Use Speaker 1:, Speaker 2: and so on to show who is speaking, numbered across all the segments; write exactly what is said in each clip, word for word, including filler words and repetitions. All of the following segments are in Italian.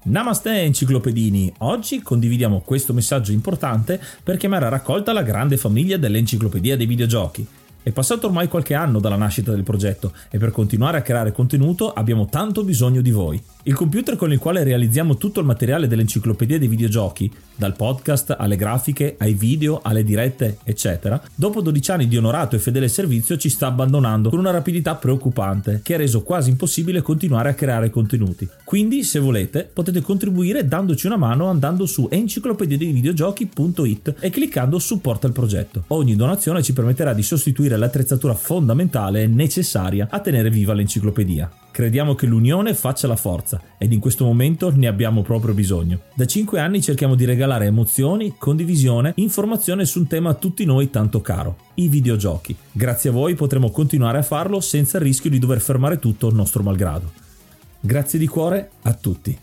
Speaker 1: Namaste enciclopedini, oggi condividiamo questo messaggio importante per chiamare a raccolta la grande famiglia dell'enciclopedia dei videogiochi. È passato ormai qualche anno dalla nascita del progetto e per continuare a creare contenuto abbiamo tanto bisogno di voi. Il computer con il quale realizziamo tutto il materiale dell'enciclopedia dei videogiochi, dal podcast alle grafiche, ai video, alle dirette, eccetera, dopo dodici anni di onorato e fedele servizio ci sta abbandonando con una rapidità preoccupante che ha reso quasi impossibile continuare a creare contenuti. Quindi, se volete, potete contribuire dandoci una mano andando su enciclopedia dei videogiochi punto it e cliccando supporta il progetto. Ogni donazione ci permetterà di sostituire l'attrezzatura fondamentale e necessaria a tenere viva l'enciclopedia. Crediamo che l'unione faccia la forza ed in questo momento ne abbiamo proprio bisogno. Da cinque anni cerchiamo di regalare emozioni, condivisione, informazione su un tema a tutti noi tanto caro, i videogiochi. Grazie a voi potremo continuare a farlo senza il rischio di dover fermare tutto nostro malgrado. Grazie di cuore a tutti.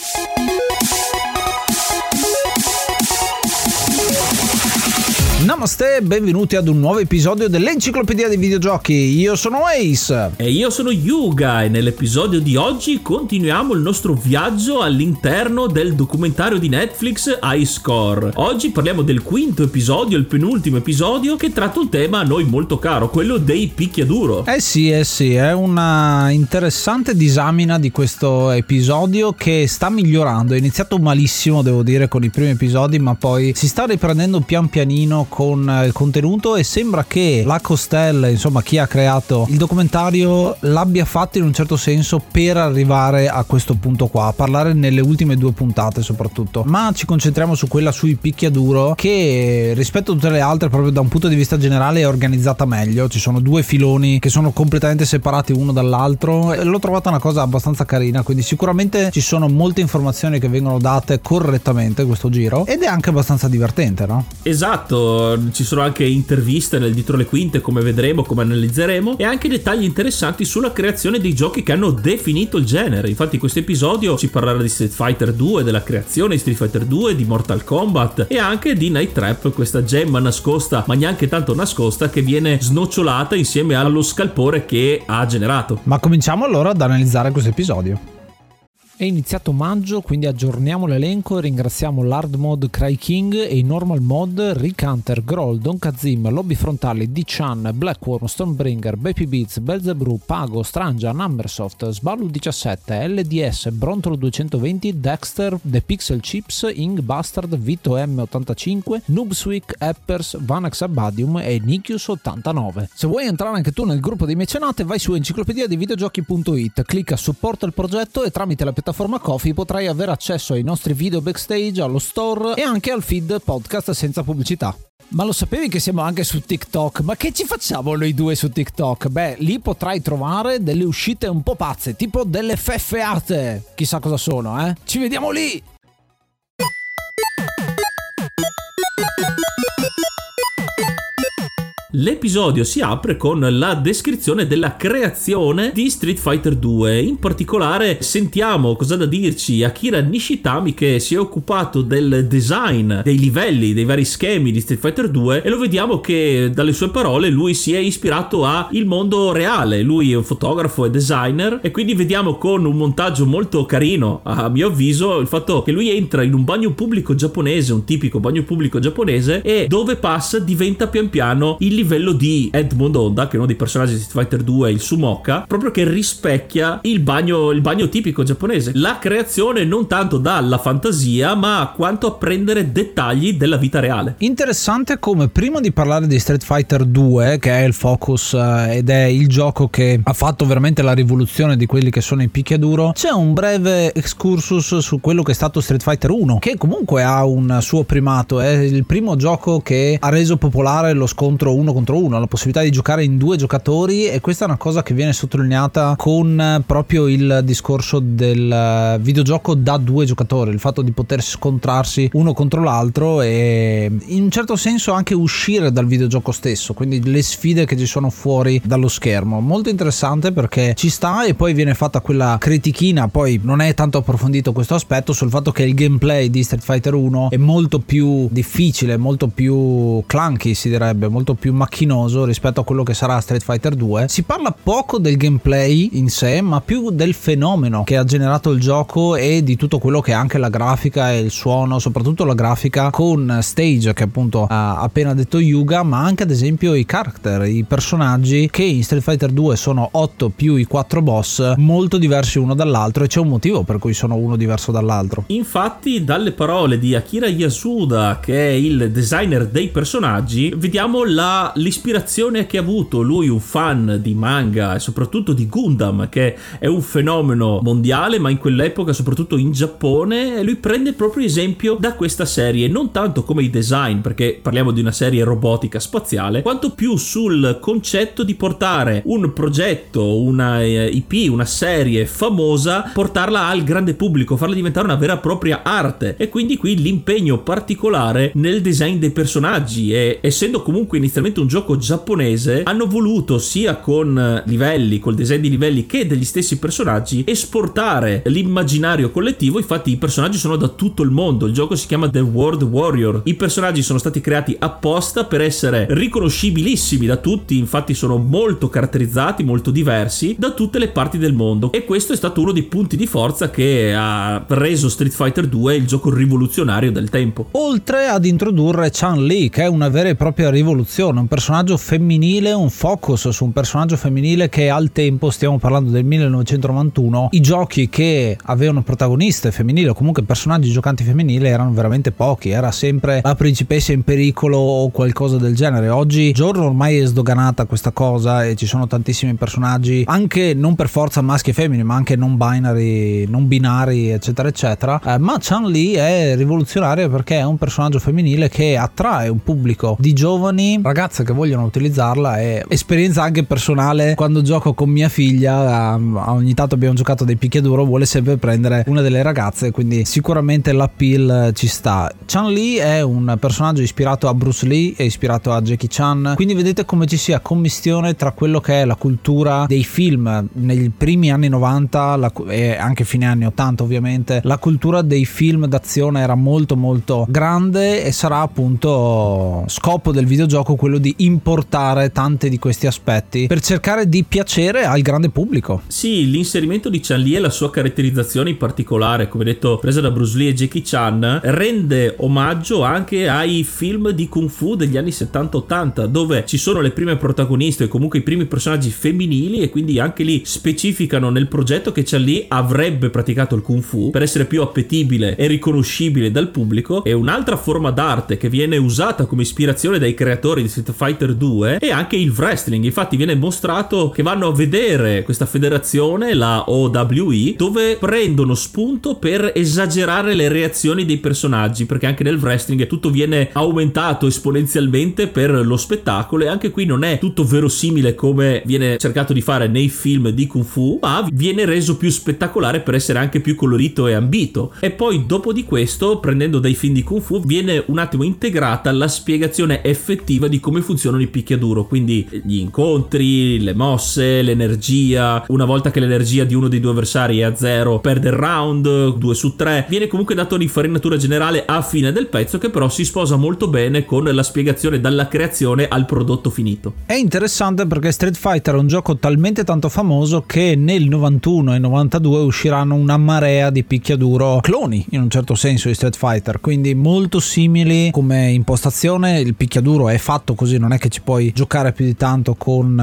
Speaker 2: Namaste e benvenuti ad un nuovo episodio dell'Enciclopedia dei Videogiochi. Io sono Ace.
Speaker 1: E io sono Yuga e nell'episodio di oggi continuiamo il nostro viaggio all'interno del documentario di Netflix High Score. Oggi parliamo del quinto episodio, il penultimo episodio, che tratta un tema a noi molto caro, quello dei picchiaduro.
Speaker 2: Eh sì, eh sì, è una interessante disamina di questo episodio che sta migliorando. È iniziato malissimo, devo dire, con i primi episodi, ma poi si sta riprendendo pian pianino con il contenuto e sembra che la Costelle, insomma chi ha creato il documentario, l'abbia fatto in un certo senso per arrivare a questo punto qua, a parlare nelle ultime due puntate soprattutto, ma ci concentriamo su quella sui picchiaduro che rispetto a tutte le altre proprio da un punto di vista generale è organizzata meglio. Ci sono due filoni che sono completamente separati uno dall'altro e l'ho trovata una cosa abbastanza carina, quindi sicuramente ci sono molte informazioni che vengono date correttamente questo giro ed è anche abbastanza divertente, no?
Speaker 1: Esatto. Ci sono anche interviste nel dietro le quinte, come vedremo, come analizzeremo, e anche dettagli interessanti sulla creazione dei giochi che hanno definito il genere. Infatti in questo episodio ci parlerà di Street Fighter due, della creazione di Street Fighter due, di Mortal Kombat e anche di Night Trap, questa gemma nascosta ma neanche tanto nascosta che viene snocciolata insieme allo scalpore che ha generato.
Speaker 2: Ma cominciamo allora ad analizzare questo episodio. È iniziato maggio, quindi aggiorniamo l'elenco e ringraziamo l'hard mode Cry King e i normal mode Rick Hunter, Groll, Don Kazim, Lobby Frontali, D-Chan, Blackworm, Stonebringer, Baby Beats, Belzebrew, Pago, Strangia, Numbersoft, Sballu diciassette, L D S, Brontolo duecentoventi, Dexter, The Pixel Chips, Ing Bastard, Vito M ottantacinque, Noobswick, Eppers, Vanax Abadium e Nikius ottantanove. Se vuoi entrare anche tu nel gruppo dei mecenate, vai su enciclopedia dei videogiochi punto it, clicca supporta il progetto e tramite la piattaforma Ko-fi potrai avere accesso ai nostri video backstage, allo store e anche al feed podcast senza pubblicità. Ma lo sapevi che siamo anche su TikTok? Ma che ci facciamo noi due su TikTok? Beh, lì potrai trovare delle uscite un po' pazze, tipo delle feffeate. Chissà cosa sono, eh? Ci vediamo lì!
Speaker 1: L'episodio si apre con la descrizione della creazione di Street Fighter due. In particolare sentiamo cosa da dirci Akira Nishitami, che si è occupato del design dei livelli, dei vari schemi di Street Fighter due, e lo vediamo che dalle sue parole lui si è ispirato a il mondo reale. Lui è un fotografo e designer e quindi vediamo con un montaggio molto carino, a mio avviso, il fatto che lui entra in un bagno pubblico giapponese, un tipico bagno pubblico giapponese, e dove passa diventa pian piano il livello di Edmond Honda, che è uno dei personaggi di Street Fighter due, il Sumoka, proprio che rispecchia il bagno, il bagno tipico giapponese. La creazione non tanto dalla fantasia ma quanto a prendere dettagli della vita reale.
Speaker 2: Interessante come prima di parlare di Street Fighter due, che è il focus eh, ed è il gioco che ha fatto veramente la rivoluzione di quelli che sono i picchiaduro, c'è un breve excursus su quello che è stato Street Fighter uno, che comunque ha un suo primato. È il primo gioco che ha reso popolare lo scontro uno contro uno, la possibilità di giocare in due giocatori, e questa è una cosa che viene sottolineata con proprio il discorso del videogioco da due giocatori, il fatto di poter scontrarsi uno contro l'altro e in un certo senso anche uscire dal videogioco stesso, quindi le sfide che ci sono fuori dallo schermo. Molto interessante perché ci sta, e poi viene fatta quella critichina, poi non è tanto approfondito questo aspetto, sul fatto che il gameplay di Street Fighter uno è molto più difficile, molto più clunky, si direbbe, molto più macchinoso rispetto a quello che sarà Street Fighter due. Si parla poco del gameplay in sé, ma più del fenomeno che ha generato il gioco e di tutto quello che è anche la grafica e il suono, soprattutto la grafica con Stage, che appunto ha appena detto Yuga, ma anche ad esempio i character, i personaggi, che in Street Fighter due sono otto più i quattro boss, molto diversi uno dall'altro, e c'è un motivo per cui sono uno diverso dall'altro.
Speaker 1: Infatti, dalle parole di Akira Yasuda, che è il designer dei personaggi, vediamo la, l'ispirazione che ha avuto. Lui, un fan di manga e soprattutto di Gundam, che è un fenomeno mondiale, ma in quell'epoca soprattutto in Giappone, e lui prende proprio esempio da questa serie, non tanto come i design, perché parliamo di una serie robotica spaziale, quanto più sul concetto di portare un progetto, una I P, una serie famosa, portarla al grande pubblico, farla diventare una vera e propria arte. E quindi qui l'impegno particolare nel design dei personaggi, e essendo comunque inizialmente un gioco giapponese, hanno voluto sia con livelli, col design di livelli, che degli stessi personaggi esportare l'immaginario collettivo. Infatti i personaggi sono da tutto il mondo, il gioco si chiama The World Warrior, i personaggi sono stati creati apposta per essere riconoscibilissimi da tutti, infatti sono molto caratterizzati, molto diversi da tutte le parti del mondo, e questo è stato uno dei punti di forza che ha reso Street Fighter due il gioco rivoluzionario del tempo.
Speaker 2: Oltre ad introdurre Chun-Li, che è una vera e propria rivoluzione, un personaggio femminile, un focus su un personaggio femminile che al tempo, stiamo parlando del millenovecentonovantuno, i giochi che avevano protagoniste femminili o comunque personaggi giocanti femminili erano veramente pochi, era sempre la principessa in pericolo o qualcosa del genere. Oggi giorno ormai è sdoganata questa cosa e ci sono tantissimi personaggi, anche non per forza maschi e femmine, ma anche non binary, non binari, eccetera eccetera, eh, ma Chun-Li è rivoluzionaria perché è un personaggio femminile che attrae un pubblico di giovani ragazze che vogliono utilizzarla. E esperienza anche personale, quando gioco con mia figlia, eh, ogni tanto abbiamo giocato dei picchiaduro, vuole sempre prendere una delle ragazze, quindi sicuramente l'appeal ci sta. Chun-Li è un personaggio ispirato a Bruce Lee e ispirato a Jackie Chan, quindi vedete come ci sia commistione tra quello che è la cultura dei film negli primi anni novanta la, e anche fine anni ottanta. Ovviamente la cultura dei film d'azione era molto molto grande, e sarà appunto scopo del videogioco quello di importare tanti di questi aspetti per cercare di piacere al grande pubblico.
Speaker 1: Sì, l'inserimento di Chun-Li e la sua caratterizzazione in particolare, come detto, presa da Bruce Lee e Jackie Chan, rende omaggio anche ai film di Kung Fu degli anni settanta ottanta, dove ci sono le prime protagoniste e comunque i primi personaggi femminili, e quindi anche lì specificano nel progetto che Chun-Li avrebbe praticato il Kung Fu per essere più appetibile e riconoscibile dal pubblico. E un'altra forma d'arte che viene usata come ispirazione dai creatori di Street Fighter due è anche il wrestling. Infatti viene mostrato che vanno a vedere questa federazione, la O W E, dove prendono spunto per esagerare le reazioni dei personaggi, perché anche nel wrestling tutto viene aumentato esponenzialmente per lo spettacolo, e anche qui non è tutto verosimile come viene cercato di fare nei film di Kung Fu, ma viene reso più spettacolare per essere anche più colorito e ambito. E poi dopo di questo, prendendo dai film di Kung Fu, viene un attimo integrata la spiegazione effettiva di come funzionano i picchiaduro, quindi gli incontri, le mosse, l'energia. Una volta che l'energia di uno dei due avversari è a zero, perde il round, due su tre. Viene comunque dato un'infarinatura generale a fine del pezzo, che però si sposa molto bene con la spiegazione dalla creazione al prodotto finito.
Speaker 2: È interessante perché Street Fighter è un gioco talmente tanto famoso che nel novantuno e novantadue usciranno una marea di picchiaduro cloni, in un certo senso, di Street Fighter, quindi molto simili come impostazione. Il picchiaduro è fatto così, non è che ci puoi giocare più di tanto con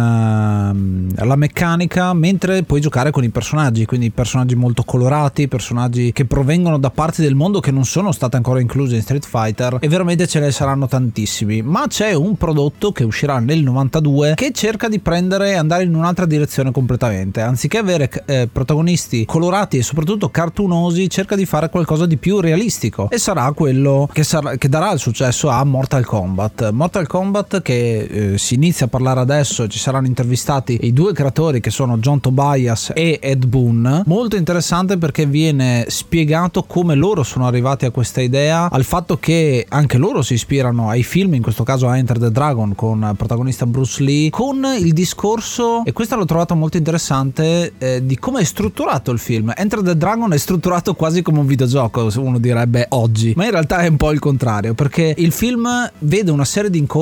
Speaker 2: uh, la meccanica, mentre puoi giocare con i personaggi, quindi personaggi molto colorati, personaggi che provengono da parti del mondo che non sono state ancora incluse in Street Fighter, e veramente ce ne saranno tantissimi. Ma c'è un prodotto che uscirà nel novantadue che cerca di prendere e andare in un'altra direzione completamente. Anziché avere eh, protagonisti colorati e soprattutto cartunosi, cerca di fare qualcosa di più realistico, e sarà quello che, sarà, che darà il successo a Mortal Kombat. Mortal Kombat che eh, si inizia a parlare adesso, ci saranno intervistati i due creatori che sono John Tobias e Ed Boon. Molto interessante perché viene spiegato come loro sono arrivati a questa idea, al fatto che anche loro si ispirano ai film, in questo caso a Enter the Dragon con protagonista Bruce Lee, con il discorso, e questo l'ho trovato molto interessante, eh, di come è strutturato il film. Enter the Dragon è strutturato quasi come un videogioco, uno direbbe oggi, ma in realtà è un po' il contrario, perché il film vede una serie di incontri sempre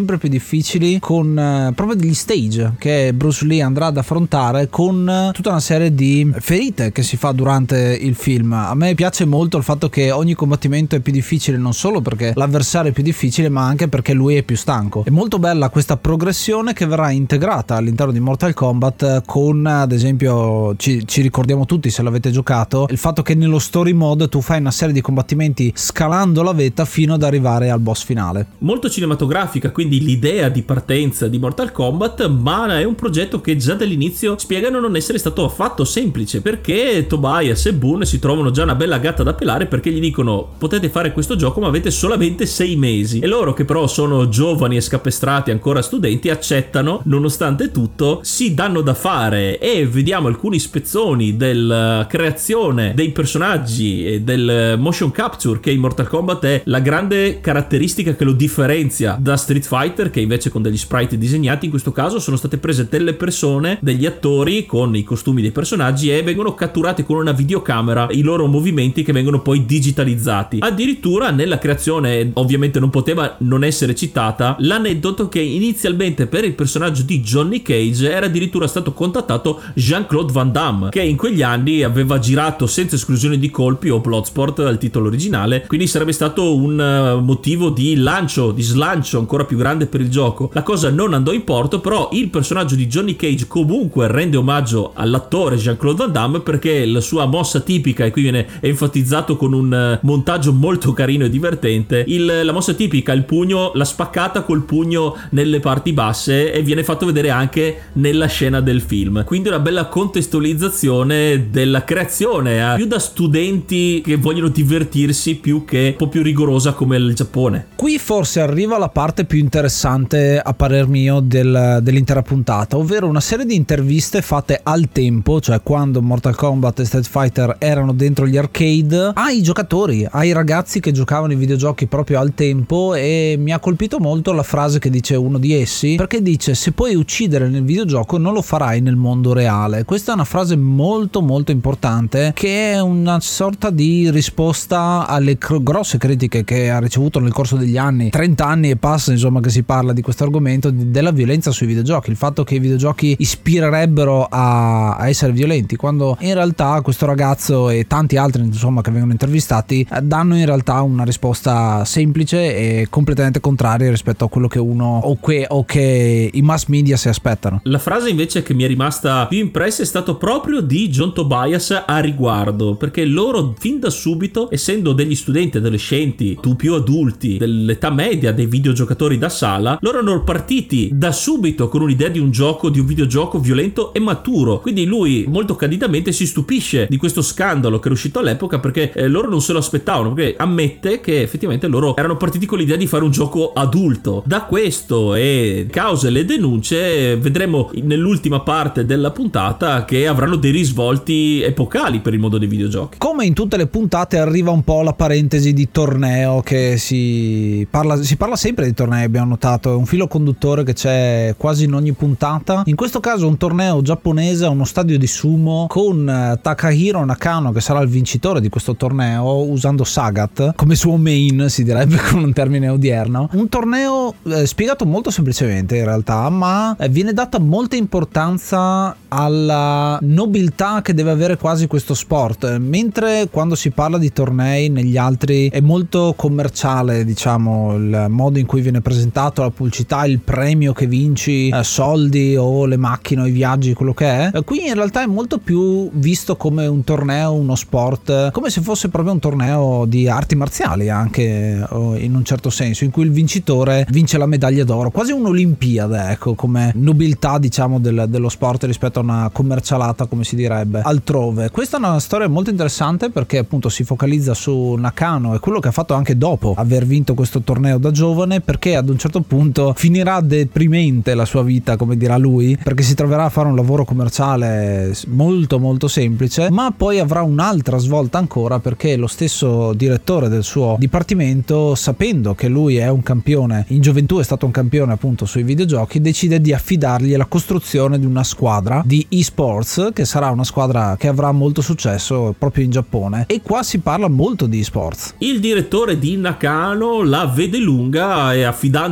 Speaker 2: sempre più difficili, con eh, proprio degli stage che Bruce Lee andrà ad affrontare, con eh, tutta una serie di ferite che si fa durante il film. A me piace molto il fatto che ogni combattimento è più difficile, non solo perché l'avversario è più difficile, ma anche perché lui è più stanco. È molto bella questa progressione che verrà integrata all'interno di Mortal Kombat con, ad esempio, ci, ci ricordiamo tutti, se l'avete giocato, il fatto che nello story mode tu fai una serie di combattimenti scalando la vetta fino ad arrivare al boss finale.
Speaker 1: Molto cinematografica quindi l'idea di partenza di Mortal Kombat, ma è un progetto che già dall'inizio spiegano non essere stato affatto semplice, perché Tobias e Boone si trovano già una bella gatta da pelare, perché gli dicono: potete fare questo gioco ma avete solamente sei mesi, e loro, che però sono giovani e scapestrati, ancora studenti, accettano nonostante tutto, si danno da fare, e vediamo alcuni spezzoni della creazione dei personaggi e del motion capture, che in Mortal Kombat è la grande caratteristica che lo differenzia da Street Fighter, che invece con degli sprite disegnati. In questo caso sono state prese delle persone, degli attori con i costumi dei personaggi, e vengono catturati con una videocamera i loro movimenti, che vengono poi digitalizzati. Addirittura nella creazione, ovviamente non poteva non essere citata l'aneddoto che inizialmente per il personaggio di Johnny Cage era addirittura stato contattato Jean-Claude Van Damme, che in quegli anni aveva girato Senza esclusione di colpi o Bloodsport al titolo originale, quindi sarebbe stato un motivo di lancio, di slancio ancora più grande per il gioco. La cosa non andò in porto, però il personaggio di Johnny Cage comunque rende omaggio all'attore Jean-Claude Van Damme, perché la sua mossa tipica, e qui viene enfatizzato con un montaggio molto carino e divertente, il, la mossa tipica, il pugno, la spaccata col pugno nelle parti basse, e viene fatto vedere anche nella scena del film. Quindi una bella contestualizzazione della creazione, eh, più da studenti che vogliono divertirsi più che un po' più rigorosa come il Giappone.
Speaker 2: Qui forse arriva la parte più interessante, a parer mio, del, dell'intera puntata, ovvero una serie di interviste fatte al tempo, cioè quando Mortal Kombat e Street Fighter erano dentro gli arcade, ai giocatori, ai ragazzi che giocavano i videogiochi proprio al tempo. E mi ha colpito molto la frase che dice uno di essi, perché dice: se puoi uccidere nel videogioco non lo farai nel mondo reale. Questa è una frase molto molto importante, che è una sorta di risposta alle cr- grosse critiche che ha ricevuto nel corso degli anni, trenta anni e passa, insomma, che si parla di questo argomento, di, della violenza sui videogiochi, il fatto che i videogiochi ispirerebbero a, a essere violenti, quando in realtà questo ragazzo e tanti altri, insomma, che vengono intervistati danno in realtà una risposta semplice e completamente contraria rispetto a quello che uno o che, o che i mass media si aspettano.
Speaker 1: La frase invece che mi è rimasta più impressa è stato proprio di John Tobias a riguardo, perché loro fin da subito, essendo degli studenti adolescenti, tu più adulti, dell'età media dei videogiocatori da sala, loro erano partiti da subito con un'idea di un gioco, di un videogioco violento e maturo. Quindi lui molto candidamente si stupisce di questo scandalo che era uscito all'epoca, perché eh, loro non se lo aspettavano, perché ammette che effettivamente loro erano partiti con l'idea di fare un gioco adulto. Da questo e cause le denunce vedremo nell'ultima parte della puntata che avranno dei risvolti epocali per il mondo dei videogiochi.
Speaker 2: Come in tutte le puntate arriva un po' la parentesi di torneo, che si parla, si parla sempre di tornei, abbiamo notato, è un filo conduttore che c'è quasi in ogni puntata. In questo caso un torneo giapponese a uno stadio di sumo, con Takahiro Nakano che sarà il vincitore di questo torneo, usando Sagat come suo main, si direbbe con un termine odierno. Un torneo eh, spiegato molto semplicemente in realtà, ma eh, viene data molta importanza alla nobiltà che deve avere quasi questo sport, mentre quando si parla di tornei negli altri è molto commerciale, diciamo, il modo in cui viene presentato, la pubblicità, il premio che vinci, eh, soldi o le macchine o i viaggi, quello che è. Eh, qui in realtà è molto più visto come un torneo, uno sport, come se fosse proprio un torneo di arti marziali anche, in un certo senso, in cui il vincitore vince la medaglia d'oro, quasi un'olimpiade, ecco, come nobiltà, diciamo, del, dello sport rispetto a una commercialata, come si direbbe, altrove. Questa è una storia molto interessante, perché appunto si focalizza su Nakano e quello che ha fatto anche dopo aver vinto questo torneo da giovane, perché ad un certo punto finirà deprimente la sua vita, come dirà lui, perché si troverà a fare un lavoro commerciale molto molto semplice, ma poi avrà un'altra svolta ancora, perché lo stesso direttore del suo dipartimento, sapendo che lui è un campione, in gioventù è stato un campione appunto sui videogiochi, decide di affidargli la costruzione di una squadra di eSports, che sarà una squadra che avrà molto successo proprio in Giappone, e qua si parla molto di eSports.
Speaker 1: Il direttore di Nakano la vede lunga, e affidando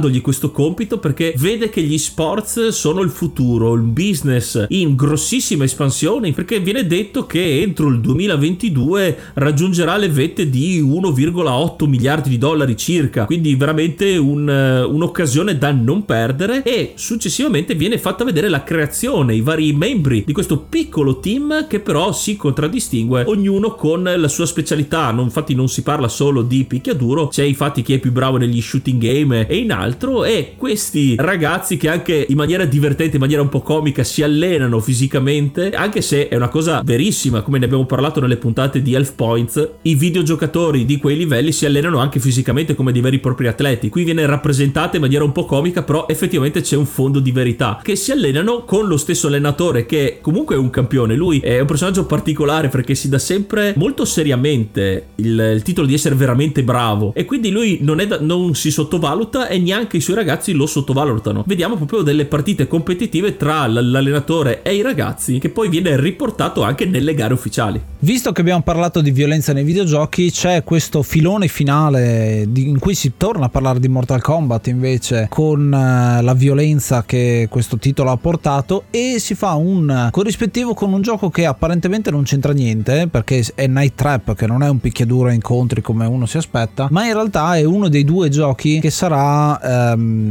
Speaker 1: affidandogli questo compito perché vede che gli sports sono il futuro, il business in grossissima espansione, perché viene detto che entro il duemilaventidue raggiungerà le vette di uno virgola otto miliardi di dollari circa, quindi veramente un, un'occasione da non perdere. E successivamente viene fatta vedere la creazione, i vari membri di questo piccolo team che però si contraddistingue ognuno con la sua specialità. Non, infatti non si parla solo di picchiaduro, c'è infatti chi è più bravo negli shooting game e in altro, e questi ragazzi che anche in maniera divertente, in maniera un po' comica si allenano fisicamente, anche se è una cosa verissima, come ne abbiamo parlato nelle puntate di Health Points, i videogiocatori di quei livelli si allenano anche fisicamente come dei veri e propri atleti. Qui viene rappresentata in maniera un po' comica, però effettivamente c'è un fondo di verità, che si allenano con lo stesso allenatore che comunque è un campione. Lui è un personaggio particolare perché si dà sempre molto seriamente il, il titolo di essere veramente bravo, e quindi lui non, è da, non si sottovaluta e neanche i suoi ragazzi lo sottovalutano. Vediamo proprio delle partite competitive tra l'allenatore e i ragazzi, che poi viene riportato anche nelle gare ufficiali.
Speaker 2: Visto che abbiamo parlato di violenza nei videogiochi, c'è questo filone finale di, in cui si torna a parlare di Mortal Kombat invece, con uh, la violenza che questo titolo ha portato, e si fa un corrispettivo con un gioco che apparentemente non c'entra niente, perché è Night Trap, che non è un picchiaduro a incontri come uno si aspetta, ma in realtà è uno dei due giochi che sarà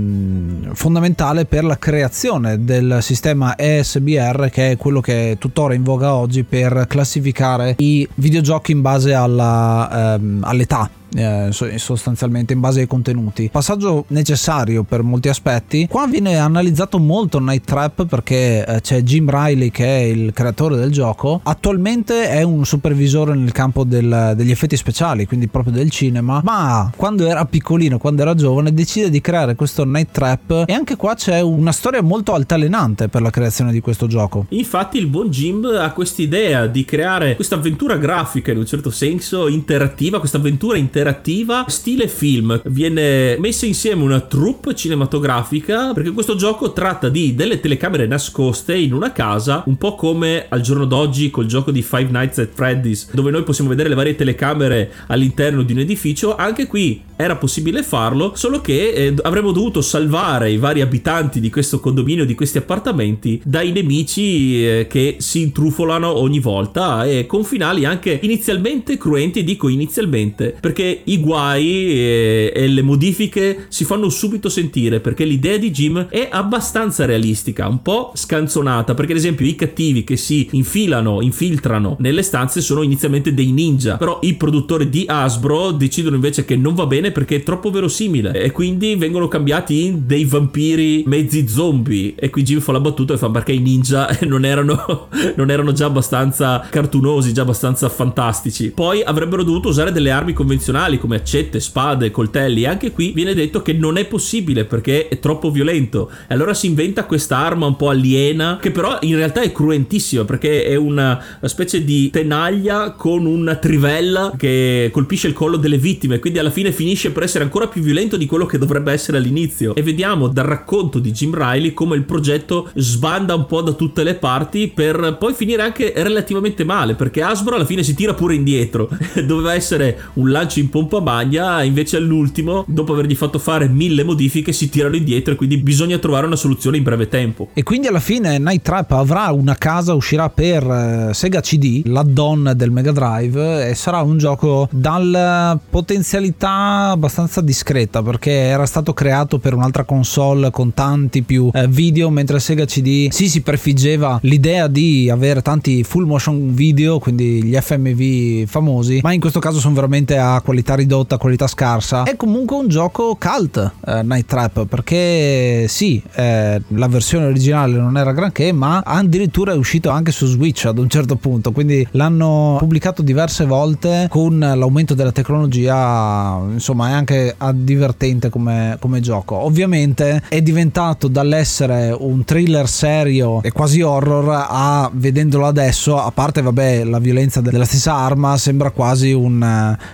Speaker 2: um, fondamentale per la creazione del sistema E S B R, che è quello che è tuttora in voga oggi per classificare i videogiochi in base alla, um, all'età. Eh, sostanzialmente in base ai contenuti, passaggio necessario per molti aspetti. Qua viene analizzato molto Night Trap perché eh, c'è Jim Riley, che è il creatore del gioco, attualmente è un supervisore nel campo del, degli effetti speciali, quindi proprio del cinema, ma quando era piccolino, quando era giovane, decide di creare questo Night Trap, e anche qua c'è una storia molto altalenante per la creazione di questo gioco.
Speaker 1: Infatti il buon Jim ha quest'idea di creare questa avventura grafica, in un certo senso interattiva, questa avventura interattiva stile film. Viene messa insieme una troupe cinematografica, perché questo gioco tratta di delle telecamere nascoste in una casa, un po' come al giorno d'oggi col gioco di Five Nights at Freddy's, dove noi possiamo vedere le varie telecamere all'interno di un edificio. Anche qui era possibile farlo, solo che eh, avremmo dovuto salvare i vari abitanti di questo condominio, di questi appartamenti, dai nemici eh, che si intrufolano ogni volta, e con finali anche inizialmente cruenti. Dico inizialmente perché i guai e, e le modifiche si fanno subito sentire, perché l'idea di Jim è abbastanza realistica, un po' scanzonata, perché ad esempio i cattivi che si infilano, infiltrano nelle stanze sono inizialmente dei ninja, però i produttori di Hasbro decidono invece che non va bene perché è troppo verosimile, e quindi vengono cambiati in dei vampiri mezzi zombie. E qui Jim fa la battuta e fa: perché i ninja non erano non erano già abbastanza cartunosi, già abbastanza fantastici. Poi avrebbero dovuto usare delle armi convenzionali come accette, spade, coltelli, e anche qui viene detto che non è possibile perché è troppo violento, e allora si inventa questa arma un po' aliena, che però in realtà è cruentissima perché è una specie di tenaglia con una trivella che colpisce il collo delle vittime, quindi alla fine finisce per essere ancora più violento di quello che dovrebbe essere all'inizio. E vediamo dal racconto di Jim Riley come il progetto sbanda un po' da tutte le parti, per poi finire anche relativamente male, perché Hasbro alla fine si tira pure indietro. Doveva essere un lancio in pompa magna, invece all'ultimo, dopo avergli fatto fare mille modifiche, si tirano indietro, e quindi bisogna trovare una soluzione in breve tempo.
Speaker 2: E quindi alla fine Night Trap avrà una casa, uscirà per uh, Sega C D, l'add-on del Mega Drive, e sarà un gioco dal potenzialità abbastanza discreta, perché era stato creato per un'altra console con tanti più uh, video, mentre Sega C D sì, si prefiggeva l'idea di avere tanti full motion video, quindi gli F M V famosi, ma in questo caso sono veramente a qualità ridotta, qualità scarsa. È comunque un gioco cult, eh, Night Trap, perché sì, eh, la versione originale non era granché, ma addirittura è uscito anche su Switch ad un certo punto, quindi l'hanno pubblicato diverse volte. Con l'aumento della tecnologia, insomma, è anche divertente come, come gioco. Ovviamente è diventato, dall'essere un thriller serio e quasi horror, a, vedendolo adesso, a parte vabbè la violenza della stessa arma, sembra quasi un, uno spunto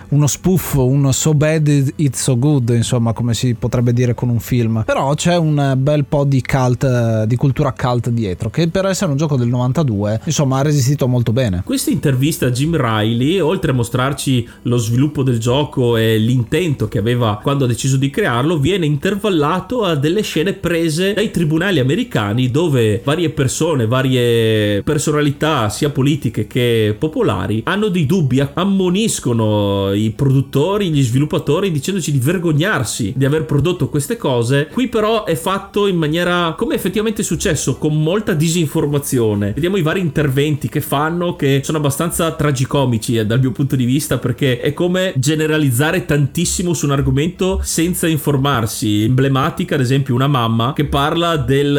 Speaker 2: spoof, un so bad it's so good, insomma, come si potrebbe dire con un film. Però c'è un bel po' di cult, di cultura cult dietro, che per essere un gioco del novantadue, insomma, ha resistito molto bene.
Speaker 1: Questa intervista a Jim Riley, oltre a mostrarci lo sviluppo del gioco e l'intento che aveva quando ha deciso di crearlo, viene intervallato a delle scene prese dai tribunali americani, dove varie persone, varie personalità sia politiche che popolari hanno dei dubbi, ammoniscono i produttori, gli sviluppatori, dicendoci di vergognarsi di aver prodotto queste cose. Qui però è fatto in maniera, come effettivamente è successo, con molta disinformazione. Vediamo i vari interventi che fanno, che sono abbastanza tragicomici eh, dal mio punto di vista, perché è come generalizzare tantissimo su un argomento senza informarsi. Emblematica ad esempio una mamma che parla del,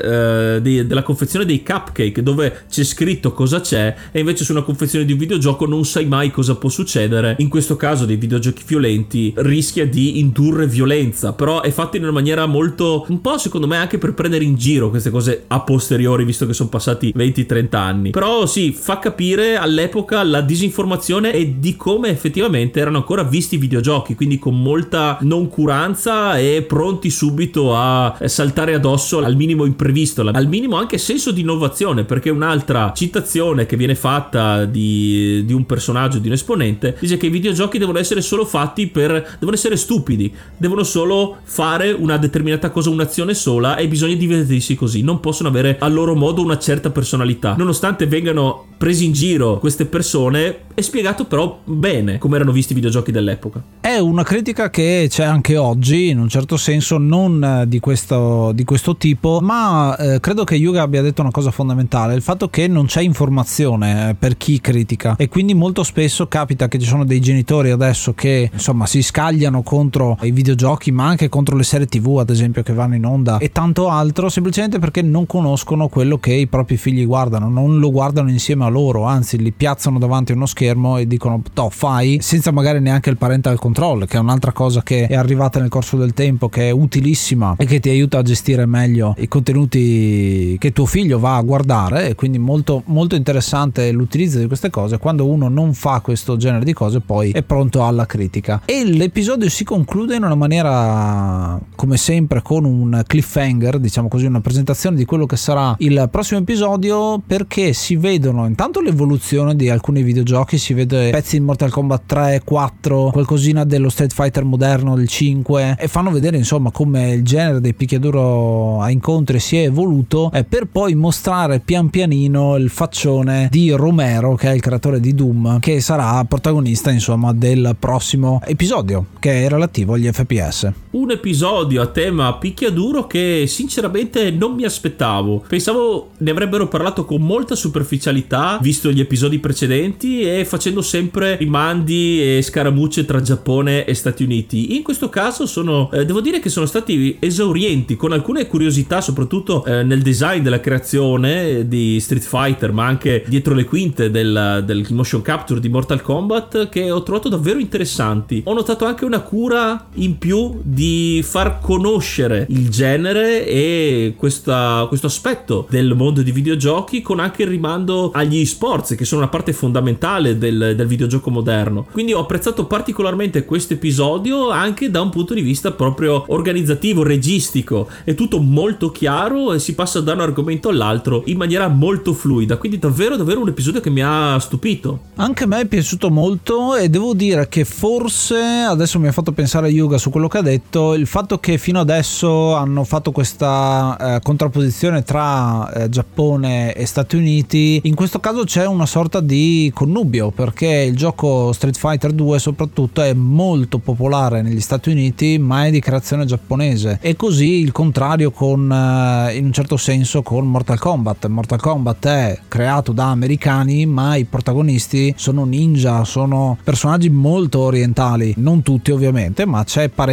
Speaker 1: eh, di, della confezione dei cupcake, dove c'è scritto cosa c'è, e invece su una confezione di un videogioco non sai mai cosa può succedere. In questo caso dei videogiochi violenti rischia di indurre violenza, però è fatto in una maniera molto, un po' secondo me anche per prendere in giro queste cose a posteriori, visto che sono passati venti trenta anni. Però sì, fa capire all'epoca la disinformazione e di come effettivamente erano ancora visti i videogiochi, quindi con molta noncuranza e pronti subito a saltare addosso al minimo imprevisto, al minimo anche senso di innovazione, perché un'altra citazione che viene fatta di, di un personaggio, di un esponente, dice che i videogiochi devono essere solo fatti per, devono essere stupidi, devono solo fare una determinata cosa, un'azione sola, e bisogna divertirsi così, non possono avere a loro modo una certa personalità. Nonostante vengano presi in giro queste persone, è spiegato però bene come erano visti i videogiochi dell'epoca.
Speaker 2: È una critica che c'è anche oggi, in un certo senso, non di questo, di questo tipo, ma eh, credo che Yuga abbia detto una cosa fondamentale, il fatto che non c'è informazione per chi critica, e quindi molto spesso capita che ci sono dei genitori adesso che insomma si scagliano contro i videogiochi, ma anche contro le serie tv ad esempio che vanno in onda e tanto altro, semplicemente perché non conoscono quello che i propri figli guardano, non lo guardano insieme a loro, anzi li piazzano davanti a uno schermo e dicono to fai, senza magari neanche il parental control, che è un'altra cosa che è arrivata nel corso del tempo, che è utilissima e che ti aiuta a gestire meglio i contenuti che tuo figlio va a guardare. E quindi molto molto interessante l'utilizzo di queste cose. Quando uno non fa questo genere di cose, poi è pronto alla critica. E l'episodio si conclude in una maniera, come sempre, con un cliffhanger, diciamo così, una presentazione di quello che sarà il prossimo episodio, perché si vedono intanto l'evoluzione di alcuni videogiochi, si vede pezzi di Mortal Kombat tre, quattro, qualcosina dello Street Fighter moderno del cinque, e fanno vedere insomma come il genere dei picchiaduro a incontri si è evoluto, eh, per poi mostrare pian pianino il faccione di Romero, che è il creatore di Doom, che sarà protagonista insomma del prossimo episodio, che è relativo agli F P S.
Speaker 1: Un episodio a tema picchiaduro che sinceramente non mi aspettavo. Pensavo ne avrebbero parlato con molta superficialità, visto gli episodi precedenti, e facendo sempre rimandi e scaramucce tra Giappone e Stati Uniti. In questo caso sono, eh, devo dire che sono stati esaurienti, con alcune curiosità, soprattutto eh, nel design della creazione di Street Fighter, ma anche dietro le quinte del, del motion capture di Mortal Kombat, che ho trovato davvero interessanti. Ho notato anche una cura in più di far conoscere il genere e questa, questo aspetto del mondo di videogiochi, con anche il rimando agli esports, che sono una parte fondamentale del, del videogioco moderno. Quindi ho apprezzato particolarmente questo episodio anche da un punto di vista proprio organizzativo, registico. È tutto molto chiaro e si passa da un argomento all'altro in maniera molto fluida, quindi davvero davvero un episodio che mi ha stupito.
Speaker 2: Anche a me è piaciuto molto, e devo dire che forse adesso mi ha fatto pensare Yuga su quello che ha detto, il fatto che fino adesso hanno fatto questa eh, contrapposizione tra eh, Giappone e Stati Uniti. In questo caso c'è una sorta di connubio, perché il gioco Street Fighter due soprattutto è molto popolare negli Stati Uniti, ma è di creazione giapponese, e così il contrario con eh, in un certo senso con Mortal Kombat. Mortal Kombat è creato da americani, ma i protagonisti sono ninja, sono personaggi molto orientali, non tutti ovviamente, ma c'è parecchio di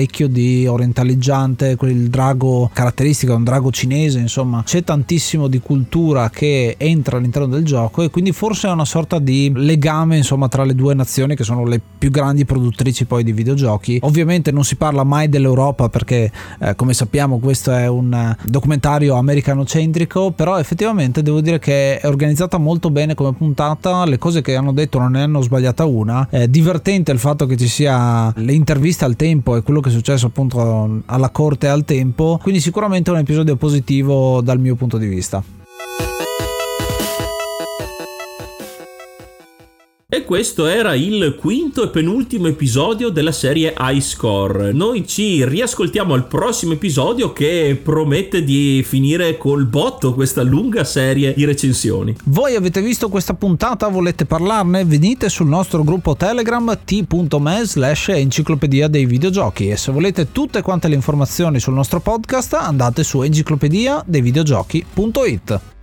Speaker 2: di orientaleggiante, quel drago caratteristico, un drago cinese, insomma c'è tantissimo di cultura che entra all'interno del gioco e quindi forse è una sorta di legame insomma tra le due nazioni che sono le più grandi produttrici poi di videogiochi. Ovviamente non si parla mai dell'Europa perché eh, come sappiamo questo è un documentario americanocentrico, però effettivamente devo dire che è organizzata molto bene come puntata, le cose che hanno detto non ne hanno sbagliata una, è divertente il fatto che ci sia le interviste al tempo e quello che è successo appunto alla corte al tempo, quindi sicuramente è un episodio positivo dal mio punto di vista.
Speaker 1: E questo era il quinto e penultimo episodio della serie iScore. Noi ci riascoltiamo al prossimo episodio che promette di finire col botto questa lunga serie di recensioni.
Speaker 2: Voi avete visto questa puntata? Volete parlarne? Venite sul nostro gruppo Telegram t.me slash enciclopedia dei videogiochi e se volete tutte quante le informazioni sul nostro podcast andate su enciclopedia dei videogiochi punto it.